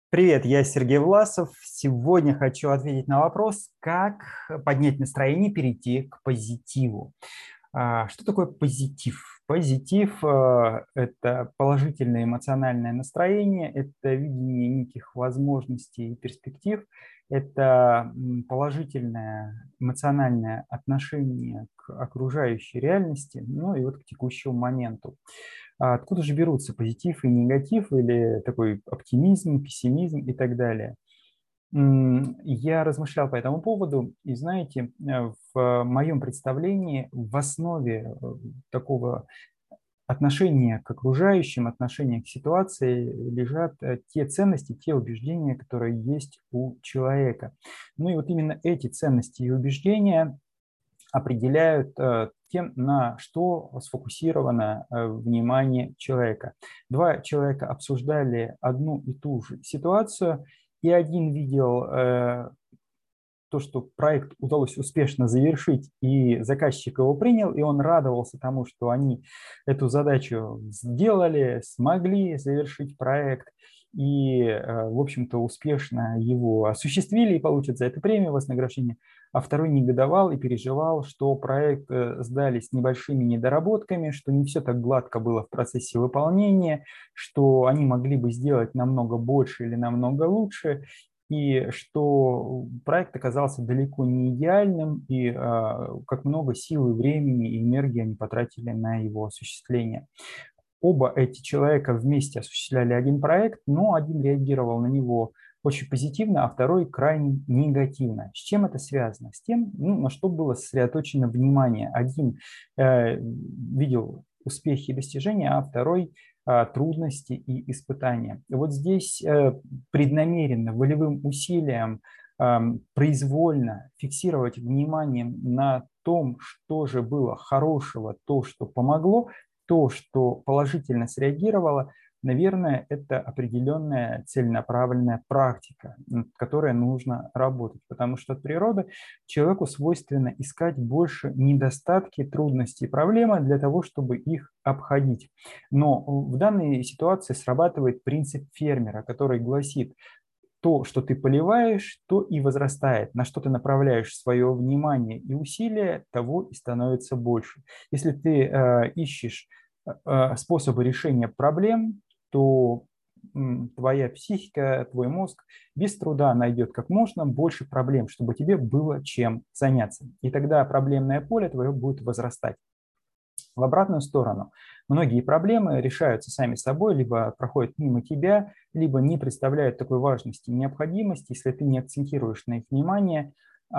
Привет, я Сергей Власов. Сегодня хочу ответить на вопрос, как поднять настроение и перейти к позитиву. Что такое позитив? Позитив это положительное эмоциональное настроение, это видение неких возможностей и перспектив, это положительное эмоциональное отношение к окружающей реальности, ну и вот к текущему моменту. Откуда же берутся позитив и негатив, или такой оптимизм, пессимизм и так далее? Я размышлял по этому поводу, и знаете, в моем представлении в основе такого отношения к окружающим, отношения к ситуации лежат те ценности, те убеждения, которые есть у человека. Ну и вот именно эти ценности и убеждения определяют тем, на что сфокусировано внимание человека. Два человека обсуждали одну и ту же ситуацию, и один видел то, что проект удалось успешно завершить, и заказчик его принял, и он радовался тому, что они эту задачу сделали, смогли завершить проект, и, в общем-то, успешно его осуществили и получат за это премию, вознаграждение. А второй негодовал и переживал, что проект сдали с небольшими недоработками, что не все так гладко было в процессе выполнения, что они могли бы сделать намного больше или намного лучше, и что проект оказался далеко не идеальным, и как много сил и времени и энергии они потратили на его осуществление. Оба эти человека вместе осуществляли один проект, но один реагировал на него очень позитивно, а второй крайне негативно. С чем это связано? С тем, ну, на что было сосредоточено внимание. Один видел успехи и достижения, а второй трудности и испытания. И вот здесь преднамеренно, волевым усилием, произвольно фиксировать внимание на том, что же было хорошего, то, что помогло, то, что положительно среагировало, наверное, это определенная целенаправленная практика, над которой нужно работать, потому что от природы человеку свойственно искать больше недостатки, трудности и проблемы для того, чтобы их обходить. Но в данной ситуации срабатывает принцип фермера, который гласит: то, что ты поливаешь, то и возрастает. На что ты направляешь свое внимание и усилия, того и становится больше. Если ты ищешь способы решения проблем, то твоя психика, твой мозг без труда найдет как можно больше проблем, чтобы тебе было чем заняться. И тогда проблемное поле твое будет возрастать. В обратную сторону многие проблемы решаются сами собой, либо проходят мимо тебя, либо не представляют такой важности и необходимости, если ты не акцентируешь на их внимание,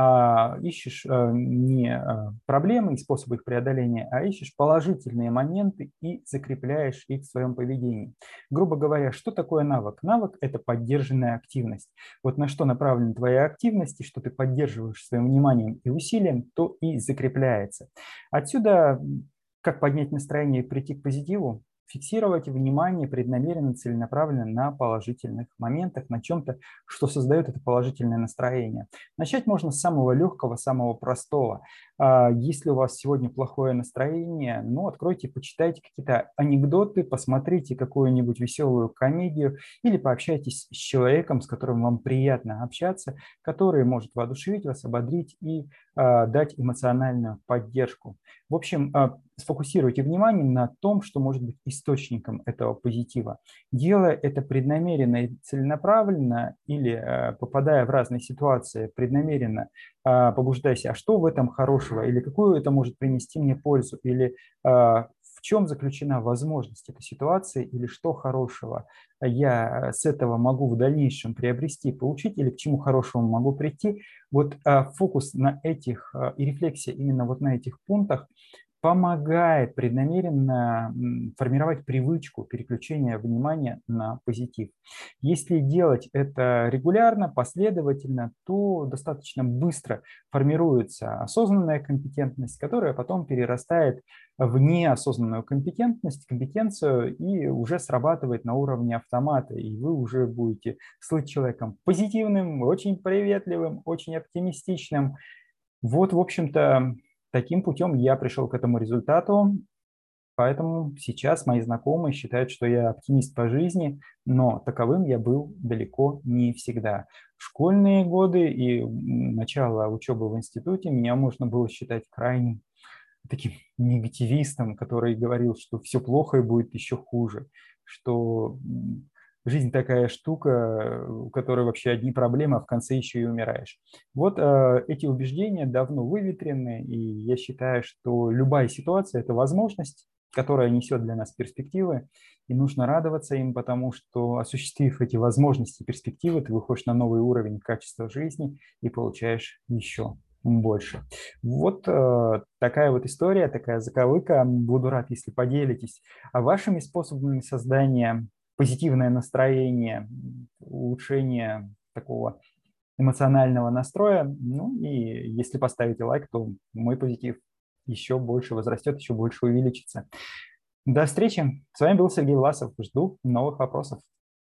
ищешь не проблемы и способы их преодоления, а ищешь положительные моменты и закрепляешь их в своем поведении. Грубо говоря, что такое навык? Навык – это поддержанная активность. Вот на что направлена твоя активность, и что ты поддерживаешь своим вниманием и усилием, то и закрепляется. Отсюда как поднять настроение и прийти к позитиву? Фиксировать внимание преднамеренно, целенаправленно на положительных моментах, на чем-то, что создает это положительное настроение. Начать можно с самого легкого, самого простого. Если у вас сегодня плохое настроение, ну, откройте, почитайте какие-то анекдоты, посмотрите какую-нибудь веселую комедию или пообщайтесь с человеком, с которым вам приятно общаться, который может воодушевить вас, ободрить и дать эмоциональную поддержку. В общем, сфокусируйте внимание на том, что может быть источником этого позитива. Делая это преднамеренно и целенаправленно, или попадая в разные ситуации преднамеренно, побуждаясь, а что в этом хорошего, или какую это может принести мне пользу, или в чем заключена возможность этой ситуации, или что хорошего я с этого могу в дальнейшем приобрести, получить, или к чему хорошему могу прийти. Вот фокус на этих и рефлексия именно вот на этих пунктах помогает преднамеренно формировать привычку переключения внимания на позитив. Если делать это регулярно, последовательно, то достаточно быстро формируется осознанная компетентность, которая потом перерастает в неосознанную компетентность, компетенцию и уже срабатывает на уровне автомата, и вы уже будете слыть человеком позитивным, очень приветливым, очень оптимистичным. Вот, в общем-то, таким путем я пришел к этому результату. Поэтому сейчас мои знакомые считают, что я оптимист по жизни, но таковым я был далеко не всегда. В школьные годы и начало учебы в институте меня можно было считать крайне таким негативистом, который говорил, что все плохо и будет еще хуже, что жизнь такая штука, у которой вообще одни проблемы, а в конце еще и умираешь. Вот эти убеждения давно выветрены, и я считаю, что любая ситуация – это возможность, которая несет для нас перспективы, и нужно радоваться им, потому что, осуществив эти возможности и перспективы, ты выходишь на новый уровень качества жизни и получаешь еще больше. Вот такая вот история, такая заковыка. Буду рад, если поделитесь вашими способами создания позитивное настроение, улучшение такого эмоционального настроя. Ну и если поставите лайк, то мой позитив еще больше возрастет, еще больше увеличится. До встречи. С вами был Сергей Власов. Жду новых вопросов.